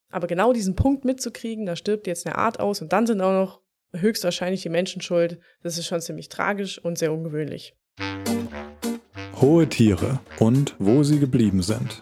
Aber genau diesen Punkt mitzukriegen, da stirbt jetzt eine Art aus und dann sind auch noch höchstwahrscheinlich die Menschen schuld, das ist schon ziemlich tragisch und sehr ungewöhnlich. Hohe Tiere und wo sie geblieben sind.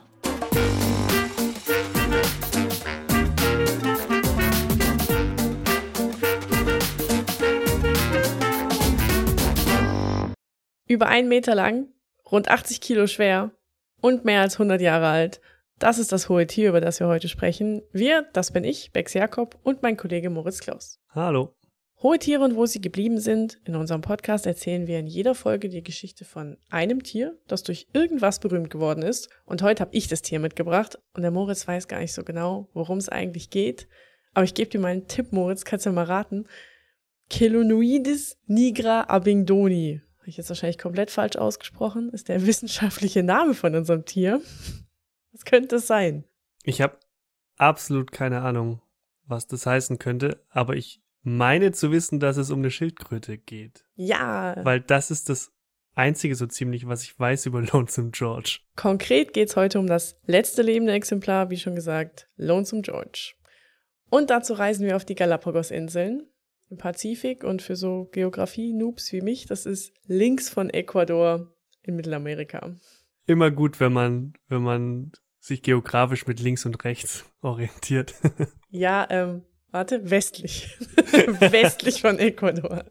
Über 1 Meter lang, rund 80 Kilo schwer und mehr als 100 Jahre alt. Das ist das hohe Tier, über das wir heute sprechen. Wir, das bin ich, Bex Jakob und mein Kollege Moritz Klaus. Hallo. Hohe Tiere und wo sie geblieben sind. In unserem Podcast erzählen wir in jeder Folge die Geschichte von einem Tier, das durch irgendwas berühmt geworden ist. Und heute habe ich das Tier mitgebracht und der Moritz weiß gar nicht so genau, worum es eigentlich geht. Aber ich gebe dir mal einen Tipp, Moritz, kannst du mal raten. Chelonoidis nigra abingdoni. Habe ich jetzt wahrscheinlich komplett falsch ausgesprochen, ist der wissenschaftliche Name von unserem Tier. Was könnte es sein? Ich habe absolut keine Ahnung, was das heißen könnte, aber ich meine zu wissen, dass es um eine Schildkröte geht. Ja. Weil das ist das Einzige so ziemlich, was ich weiß über Lonesome George. Konkret geht es heute um das letzte lebende Exemplar, wie schon gesagt, Lonesome George. Und dazu reisen wir auf die Galapagos-Inseln im Pazifik und für so Geografie-Noobs wie mich, das ist links von Ecuador in Mittelamerika. Immer gut, wenn man sich geografisch mit links und rechts orientiert. Ja, westlich. Westlich von Ecuador.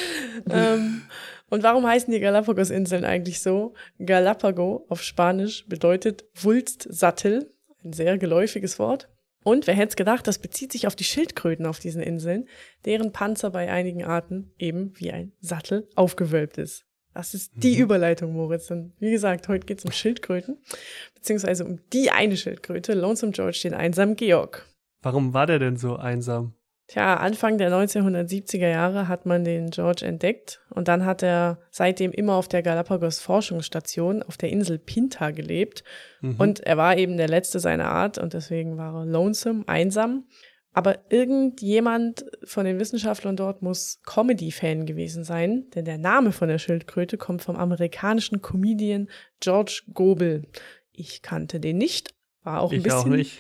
Und warum heißen die Galapagos-Inseln eigentlich so? Galapago auf Spanisch bedeutet Wulstsattel, ein sehr geläufiges Wort. Und wer hätte es gedacht, das bezieht sich auf die Schildkröten auf diesen Inseln, deren Panzer bei einigen Arten eben wie ein Sattel aufgewölbt ist. Das ist die Überleitung, Moritz. Und wie gesagt, heute geht es um Schildkröten, beziehungsweise um die eine Schildkröte, Lonesome George, den einsamen Georg. Warum war der denn so einsam? Tja, Anfang der 1970er Jahre hat man den George entdeckt und dann hat er seitdem immer auf der Galapagos-Forschungsstation auf der Insel Pinta gelebt. Und er war eben der letzte seiner Art und deswegen war er lonesome, einsam. Aber irgendjemand von den Wissenschaftlern dort muss Comedy-Fan gewesen sein, denn der Name von der Schildkröte kommt vom amerikanischen Comedian George Gobel. Ich kannte den nicht, war auch ein bisschen. Ich auch nicht.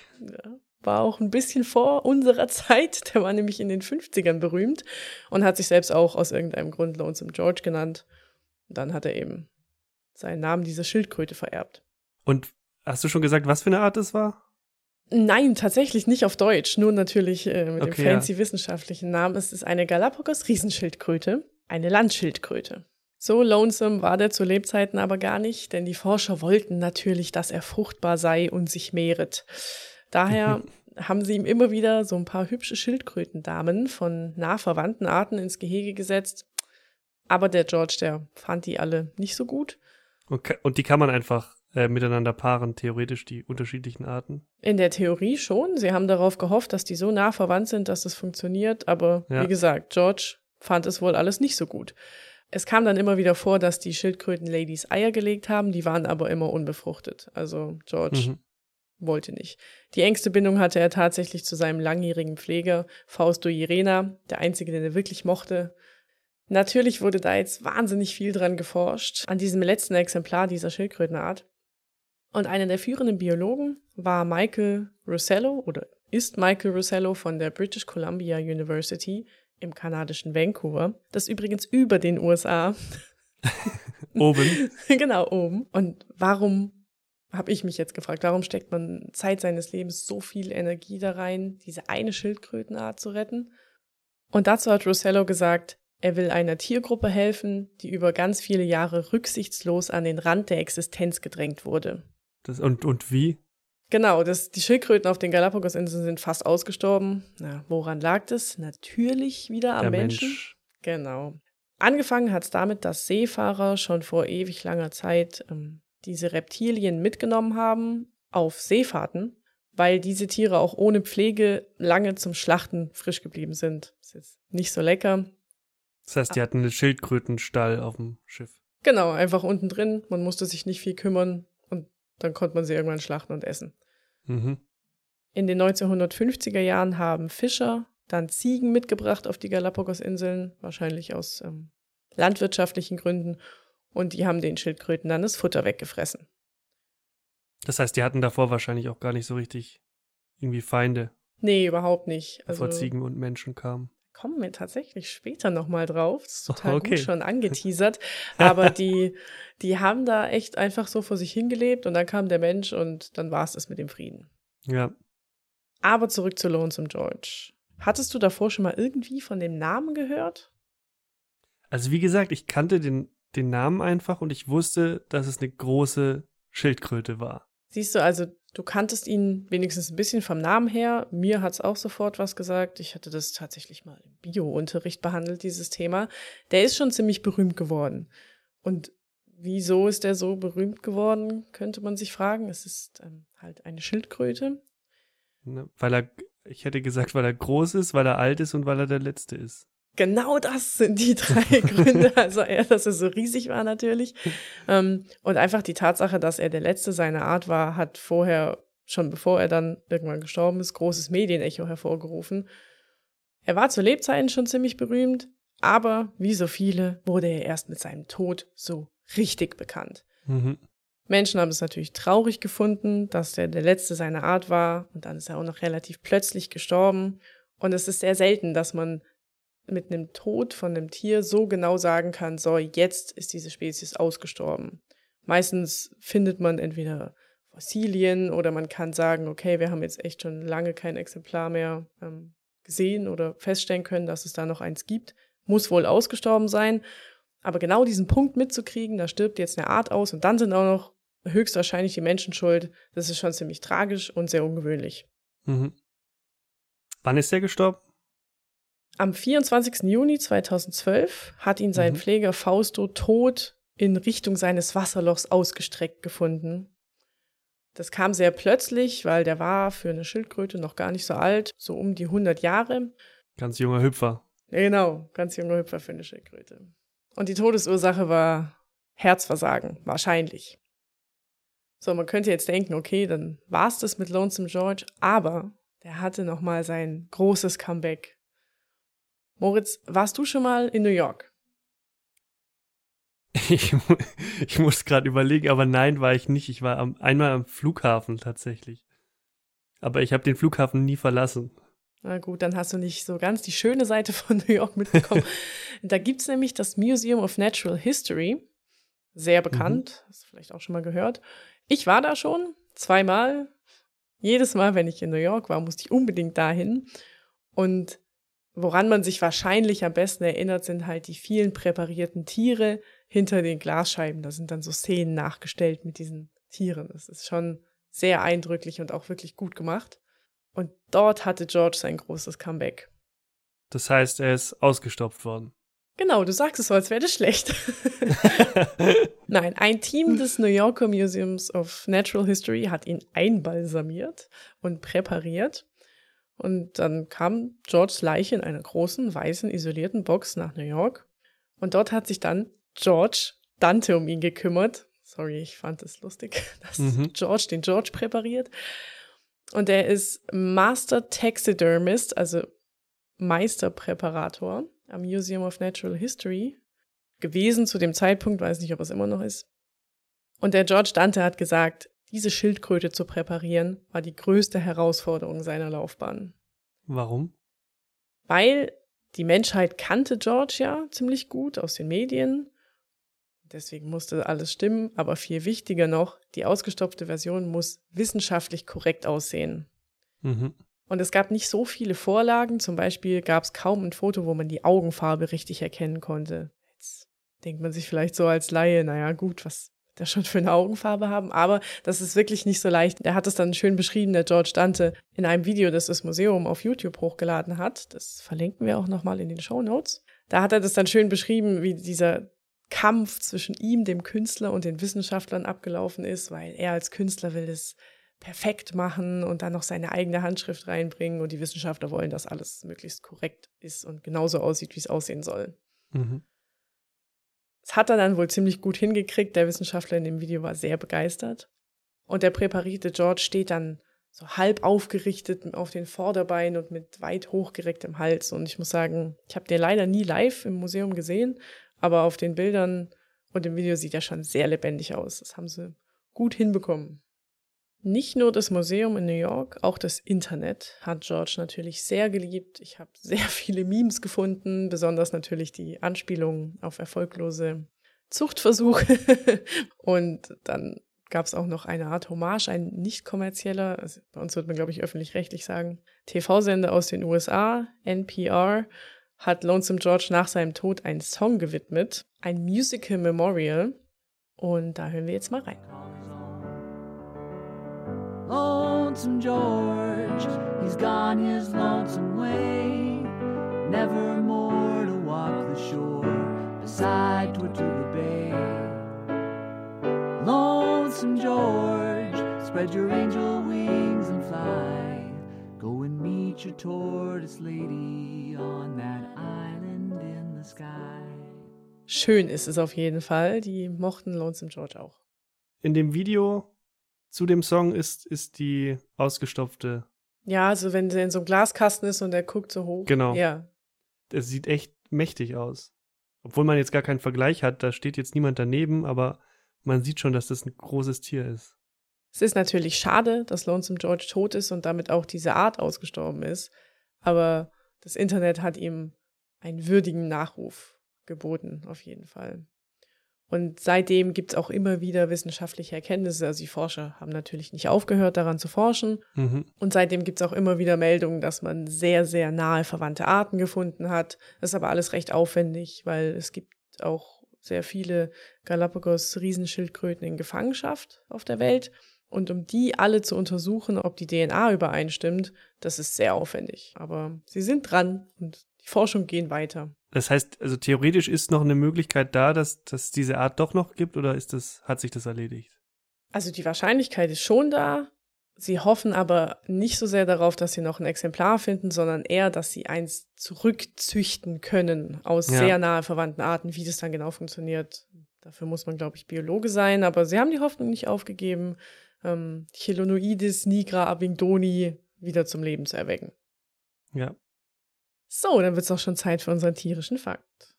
War auch ein bisschen vor unserer Zeit. Der war nämlich in den 50ern berühmt und hat sich selbst auch aus irgendeinem Grund Lonesome George genannt. Und dann hat er eben seinen Namen dieser Schildkröte vererbt. Und hast du schon gesagt, was für eine Art es war? Nein, tatsächlich nicht auf Deutsch, nur natürlich mit dem fancy wissenschaftlichen Namen. Es ist eine Galapagos-Riesenschildkröte, eine Landschildkröte. So lonesome war der zu Lebzeiten aber gar nicht, denn die Forscher wollten natürlich, dass er fruchtbar sei und sich mehret. Daher haben sie ihm immer wieder so ein paar hübsche Schildkrötendamen von nah verwandten Arten ins Gehege gesetzt. Aber der George, der fand die alle nicht so gut. Okay. Und die kann man einfach miteinander paaren, theoretisch die unterschiedlichen Arten? In der Theorie schon. Sie haben darauf gehofft, dass die so nah verwandt sind, dass das funktioniert. Aber wie gesagt, George fand es wohl alles nicht so gut. Es kam dann immer wieder vor, dass die Schildkröten-Ladies Eier gelegt haben. Die waren aber immer unbefruchtet. Also George wollte nicht. Die engste Bindung hatte er tatsächlich zu seinem langjährigen Pfleger Fausto Llerena, der einzige, den er wirklich mochte. Natürlich wurde da jetzt wahnsinnig viel dran geforscht, an diesem letzten Exemplar dieser Schildkrötenart. Und einer der führenden Biologen war Michael Rosello oder ist Michael Rosello von der British Columbia University im kanadischen Vancouver. Das ist übrigens über den USA. Oben. Genau, oben. Und warum, habe ich mich jetzt gefragt, warum steckt man Zeit seines Lebens so viel Energie da rein, diese eine Schildkrötenart zu retten? Und dazu hat Rosello gesagt, er will einer Tiergruppe helfen, die über ganz viele Jahre rücksichtslos an den Rand der Existenz gedrängt wurde. Und wie? Genau, die Schildkröten auf den Galapagos-Inseln sind fast ausgestorben. Na, woran lag das? Natürlich wieder am Menschen. Genau. Angefangen hat es damit, dass Seefahrer schon vor ewig langer Zeit diese Reptilien mitgenommen haben auf Seefahrten, weil diese Tiere auch ohne Pflege lange zum Schlachten frisch geblieben sind. Das ist jetzt nicht so lecker. Das heißt, die hatten einen Schildkrötenstall auf dem Schiff. Genau, einfach unten drin. Man musste sich nicht viel kümmern und dann konnte man sie irgendwann schlachten und essen. In den 1950er Jahren haben Fischer dann Ziegen mitgebracht auf die Galapagos-Inseln, wahrscheinlich aus landwirtschaftlichen Gründen. Und die haben den Schildkröten dann das Futter weggefressen. Das heißt, die hatten davor wahrscheinlich auch gar nicht so richtig irgendwie Feinde. Nee, überhaupt nicht. Bevor Ziegen und Menschen kamen. Kommen wir tatsächlich später nochmal drauf. Das ist total Okay. gut schon angeteasert. Aber die haben da echt einfach so vor sich hingelebt und dann kam der Mensch und dann war es das mit dem Frieden. Ja. Aber zurück zu Lonesome George. Hattest du davor schon mal irgendwie von dem Namen gehört? Also wie gesagt, ich kannte den Namen einfach und ich wusste, dass es eine große Schildkröte war. Siehst du, also du kanntest ihn wenigstens ein bisschen vom Namen her. Mir hat es auch sofort was gesagt. Ich hatte das tatsächlich mal im Bio-Unterricht behandelt, dieses Thema. Der ist schon ziemlich berühmt geworden. Und wieso ist der so berühmt geworden, könnte man sich fragen. Es ist halt eine Schildkröte. Ne, ich hätte gesagt, weil er groß ist, weil er alt ist und weil er der Letzte ist. Genau das sind die 3 Gründe. Also dass er so riesig war natürlich. Und einfach die Tatsache, dass er der Letzte seiner Art war, hat vorher, schon bevor er dann irgendwann gestorben ist, großes Medienecho hervorgerufen. Er war zu Lebzeiten schon ziemlich berühmt, aber wie so viele wurde er erst mit seinem Tod so richtig bekannt. Mhm. Menschen haben es natürlich traurig gefunden, dass er der Letzte seiner Art war und dann ist er auch noch relativ plötzlich gestorben. Und es ist sehr selten, dass man mit einem Tod von einem Tier so genau sagen kann, so, jetzt ist diese Spezies ausgestorben. Meistens findet man entweder Fossilien oder man kann sagen, okay, wir haben jetzt echt schon lange kein Exemplar mehr gesehen oder feststellen können, dass es da noch eins gibt. Muss wohl ausgestorben sein. Aber genau diesen Punkt mitzukriegen, da stirbt jetzt eine Art aus und dann sind auch noch höchstwahrscheinlich die Menschen schuld, das ist schon ziemlich tragisch und sehr ungewöhnlich. Mhm. Wann ist er gestorben? Am 24. Juni 2012 hat ihn sein Pfleger Fausto tot in Richtung seines Wasserlochs ausgestreckt gefunden. Das kam sehr plötzlich, weil der war für eine Schildkröte noch gar nicht so alt, so um die 100 Jahre. Ganz junger Hüpfer. Genau, ganz junger Hüpfer für eine Schildkröte. Und die Todesursache war Herzversagen, wahrscheinlich. So, man könnte jetzt denken, okay, dann war's das mit Lonesome George, aber der hatte nochmal sein großes Comeback. Moritz, warst du schon mal in New York? Ich muss gerade überlegen, aber nein, war ich nicht. Ich war einmal am Flughafen tatsächlich. Aber ich habe den Flughafen nie verlassen. Na gut, dann hast du nicht so ganz die schöne Seite von New York mitbekommen. Da gibt's nämlich das Museum of Natural History. Sehr bekannt, hast du vielleicht auch schon mal gehört. Ich war da schon 2-mal. Jedes Mal, wenn ich in New York war, musste ich unbedingt dahin. Und woran man sich wahrscheinlich am besten erinnert, sind halt die vielen präparierten Tiere hinter den Glasscheiben. Da sind dann so Szenen nachgestellt mit diesen Tieren. Das ist schon sehr eindrücklich und auch wirklich gut gemacht. Und dort hatte George sein großes Comeback. Das heißt, er ist ausgestopft worden. Genau, du sagst es so, als wäre das schlecht. Nein, ein Team des New Yorker Museums of Natural History hat ihn einbalsamiert und präpariert. Und dann kam Georges Leiche in einer großen, weißen, isolierten Box nach New York. Und dort hat sich dann George Dante um ihn gekümmert. Sorry, ich fand es lustig, dass George den George präpariert. Und er ist Master Taxidermist, also Meisterpräparator am Museum of Natural History gewesen zu dem Zeitpunkt, weiß nicht, ob es immer noch ist. Und der George Dante hat gesagt, diese Schildkröte zu präparieren, war die größte Herausforderung seiner Laufbahn. Warum? Weil die Menschheit kannte George ja ziemlich gut aus den Medien. Deswegen musste alles stimmen, aber viel wichtiger noch, die ausgestopfte Version muss wissenschaftlich korrekt aussehen. Mhm. Und es gab nicht so viele Vorlagen, zum Beispiel gab es kaum ein Foto, wo man die Augenfarbe richtig erkennen konnte. Jetzt denkt man sich vielleicht so als Laie, naja gut, was wird der schon für eine Augenfarbe haben? Aber das ist wirklich nicht so leicht. Der hat es dann schön beschrieben, der George Dante, in einem Video, das das Museum auf YouTube hochgeladen hat. Das verlinken wir auch nochmal in den Shownotes. Da hat er das dann schön beschrieben, wie dieser Kampf zwischen ihm, dem Künstler, und den Wissenschaftlern abgelaufen ist, weil er als Künstler will das perfekt machen und dann noch seine eigene Handschrift reinbringen und die Wissenschaftler wollen, dass alles möglichst korrekt ist und genauso aussieht, wie es aussehen soll. Mhm. Das hat er dann wohl ziemlich gut hingekriegt. Der Wissenschaftler in dem Video war sehr begeistert. Und der präparierte George steht dann so halb aufgerichtet auf den Vorderbeinen und mit weit hochgerecktem Hals. Und ich muss sagen, ich habe den leider nie live im Museum gesehen, aber auf den Bildern und im Video sieht er schon sehr lebendig aus. Das haben sie gut hinbekommen. Nicht nur das Museum in New York, auch das Internet hat George natürlich sehr geliebt. Ich habe sehr viele Memes gefunden, besonders natürlich die Anspielungen auf erfolglose Zuchtversuche. Und dann gab es auch noch eine Art Hommage, ein nicht kommerzieller, also bei uns wird man, glaube ich, öffentlich-rechtlich sagen, TV-Sender aus den USA, NPR, hat Lonesome George nach seinem Tod einen Song gewidmet, ein Musical Memorial. Und da hören wir jetzt mal rein. Lonesome George, he's gone his lonesome way, never more to walk the shore beside Tortuga Bay. Lonesome George, spread your angel wings and fly, go and meet your tortoise lady on that island in the sky. Schön ist es auf jeden Fall, die mochten Lonesome George auch. In dem Video zu dem Song ist die ausgestopfte. Ja, also wenn der in so einem Glaskasten ist und der guckt so hoch. Genau. Ja. Der sieht echt mächtig aus. Obwohl man jetzt gar keinen Vergleich hat, da steht jetzt niemand daneben, aber man sieht schon, dass das ein großes Tier ist. Es ist natürlich schade, dass Lonesome George tot ist und damit auch diese Art ausgestorben ist, aber das Internet hat ihm einen würdigen Nachruf geboten, auf jeden Fall. Und seitdem gibt es auch immer wieder wissenschaftliche Erkenntnisse. Also die Forscher haben natürlich nicht aufgehört, daran zu forschen. Mhm. Und seitdem gibt es auch immer wieder Meldungen, dass man sehr, sehr nahe verwandte Arten gefunden hat. Das ist aber alles recht aufwendig, weil es gibt auch sehr viele Galapagos-Riesenschildkröten in Gefangenschaft auf der Welt. Und um die alle zu untersuchen, ob die DNA übereinstimmt, das ist sehr aufwendig. Aber sie sind dran und die Forschung geht weiter. Das heißt, also theoretisch ist noch eine Möglichkeit da, dass diese Art doch noch gibt, oder hat sich das erledigt? Also die Wahrscheinlichkeit ist schon da. Sie hoffen aber nicht so sehr darauf, dass sie noch ein Exemplar finden, sondern eher, dass sie eins zurückzüchten können aus sehr nahe verwandten Arten. Wie das dann genau funktioniert, dafür muss man, glaube ich, Biologe sein. Aber sie haben die Hoffnung nicht aufgegeben, Chelonoidis nigra abingdoni wieder zum Leben zu erwecken. Ja. So, dann wird es auch schon Zeit für unseren tierischen Fakt.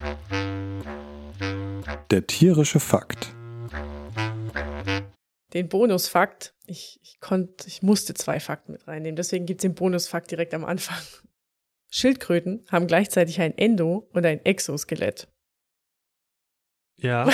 Der tierische Fakt. Den Bonusfakt, ich musste 2 Fakten mit reinnehmen, deswegen gibt es den Bonusfakt direkt am Anfang. Schildkröten haben gleichzeitig ein Endo- und ein Exoskelett. Ja.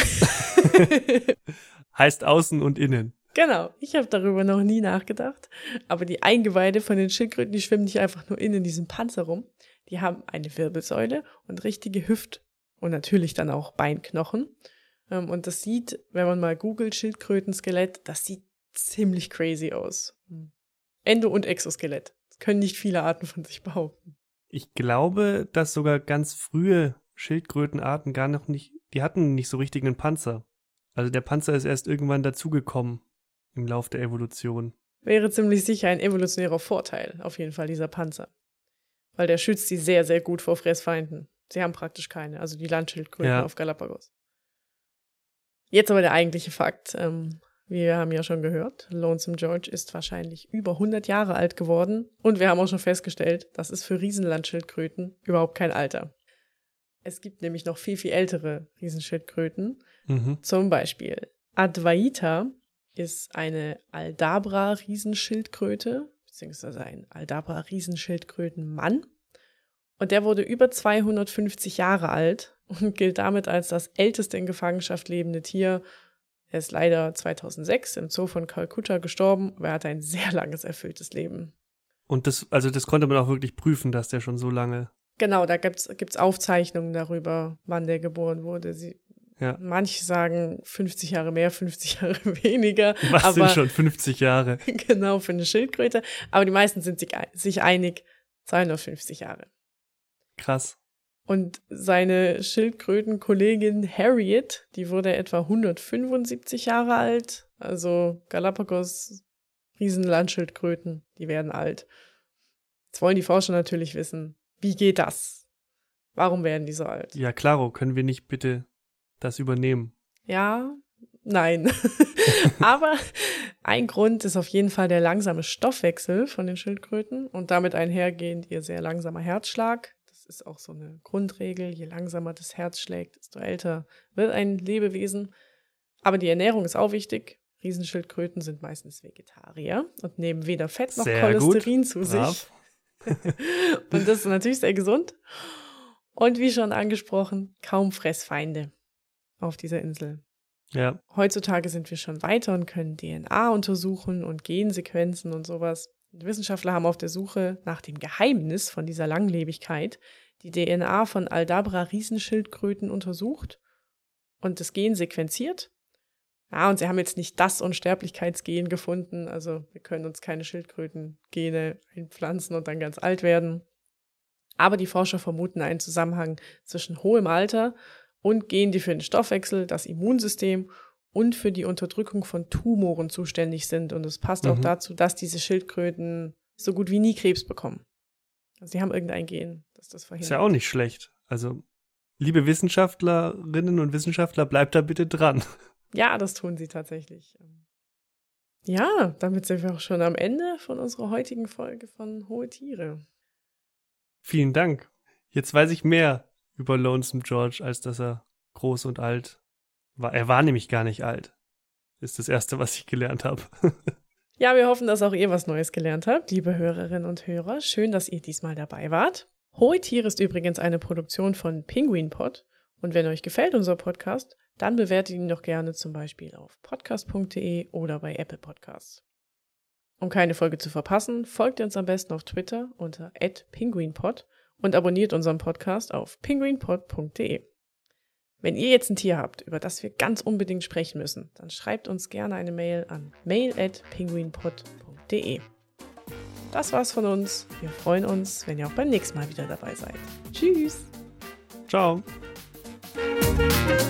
Heißt außen und innen. Genau, ich habe darüber noch nie nachgedacht, aber die Eingeweide von den Schildkröten, die schwimmen nicht einfach nur in diesem Panzer rum, die haben eine Wirbelsäule und richtige Hüft- und natürlich dann auch Beinknochen. Und das sieht, wenn man mal googelt, Schildkrötenskelett, das sieht ziemlich crazy aus. Endo- und Exoskelett. Das können nicht viele Arten von sich behaupten. Ich glaube, dass sogar ganz frühe Schildkrötenarten gar noch nicht, die hatten nicht so richtig einen Panzer. Also der Panzer ist erst irgendwann dazugekommen im Lauf der Evolution. Wäre ziemlich sicher ein evolutionärer Vorteil, auf jeden Fall, dieser Panzer. Weil der schützt sie sehr, sehr gut vor Fressfeinden. Sie haben praktisch keine, also die Landschildkröten auf Galapagos. Jetzt aber der eigentliche Fakt. Wir haben ja schon gehört, Lonesome George ist wahrscheinlich über 100 Jahre alt geworden. Und wir haben auch schon festgestellt, das ist für Riesenlandschildkröten überhaupt kein Alter. Es gibt nämlich noch viel, viel ältere Riesenschildkröten. Zum Beispiel Adwaita ist eine Aldabra-Riesenschildkröte, beziehungsweise ein Aldabra-Riesenschildkrötenmann. Und der wurde über 250 Jahre alt und gilt damit als das älteste in Gefangenschaft lebende Tier. Er ist leider 2006 im Zoo von Kalkutta gestorben, aber er hatte ein sehr langes, erfülltes Leben. Und das konnte man auch wirklich prüfen, dass der schon so lange... Genau, da gibt's Aufzeichnungen darüber, wann der geboren wurde. Manche sagen 50 Jahre mehr, 50 Jahre weniger. Was sind schon 50 Jahre? Genau, für eine Schildkröte. Aber die meisten sind sich einig, 250 Jahre. Krass. Und seine Schildkrötenkollegin Harriet, die wurde etwa 175 Jahre alt. Also Galapagos, Riesenlandschildkröten, die werden alt. Jetzt wollen die Forscher natürlich wissen, wie geht das? Warum werden die so alt? Ja, klaro, können wir nicht bitte das übernehmen? Ja, nein. Aber ein Grund ist auf jeden Fall der langsame Stoffwechsel von den Schildkröten und damit einhergehend ihr sehr langsamer Herzschlag. Das ist auch so eine Grundregel. Je langsamer das Herz schlägt, desto älter wird ein Lebewesen. Aber die Ernährung ist auch wichtig. Riesenschildkröten sind meistens Vegetarier und nehmen weder Fett noch Sehr Cholesterin gut. zu sich. Und das ist natürlich sehr gesund. Und wie schon angesprochen, kaum Fressfeinde auf dieser Insel. Ja. Heutzutage sind wir schon weiter und können DNA untersuchen und Gensequenzen und sowas. Und Wissenschaftler haben auf der Suche nach dem Geheimnis von dieser Langlebigkeit die DNA von Aldabra-Riesenschildkröten untersucht und das Gen sequenziert. Ja, und sie haben jetzt nicht das Unsterblichkeitsgen gefunden, also wir können uns keine Schildkrötengene einpflanzen und dann ganz alt werden. Aber die Forscher vermuten einen Zusammenhang zwischen hohem Alter und Genen, die für den Stoffwechsel, das Immunsystem und für die Unterdrückung von Tumoren zuständig sind. Und es passt auch dazu, dass diese Schildkröten so gut wie nie Krebs bekommen. Also sie haben irgendein Gen, das das verhindert. Ist ja auch nicht schlecht. Also, liebe Wissenschaftlerinnen und Wissenschaftler, bleibt da bitte dran. Ja, das tun sie tatsächlich. Ja, damit sind wir auch schon am Ende von unserer heutigen Folge von Hohe Tiere. Vielen Dank. Jetzt weiß ich mehr über Lonesome George, als dass er groß und alt war. Er war nämlich gar nicht alt. Ist das Erste, was ich gelernt habe. Ja, wir hoffen, dass auch ihr was Neues gelernt habt, liebe Hörerinnen und Hörer. Schön, dass ihr diesmal dabei wart. Hohe Tiere ist übrigens eine Produktion von Penguin Pod. Und wenn euch gefällt unser Podcast, dann bewertet ihn doch gerne zum Beispiel auf podcast.de oder bei Apple Podcasts. Um keine Folge zu verpassen, folgt ihr uns am besten auf Twitter unter @penguinpod und abonniert unseren Podcast auf penguinpod.de. Wenn ihr jetzt ein Tier habt, über das wir ganz unbedingt sprechen müssen, dann schreibt uns gerne eine Mail an mail@penguinpod.de. Das war's von uns. Wir freuen uns, wenn ihr auch beim nächsten Mal wieder dabei seid. Tschüss! Ciao!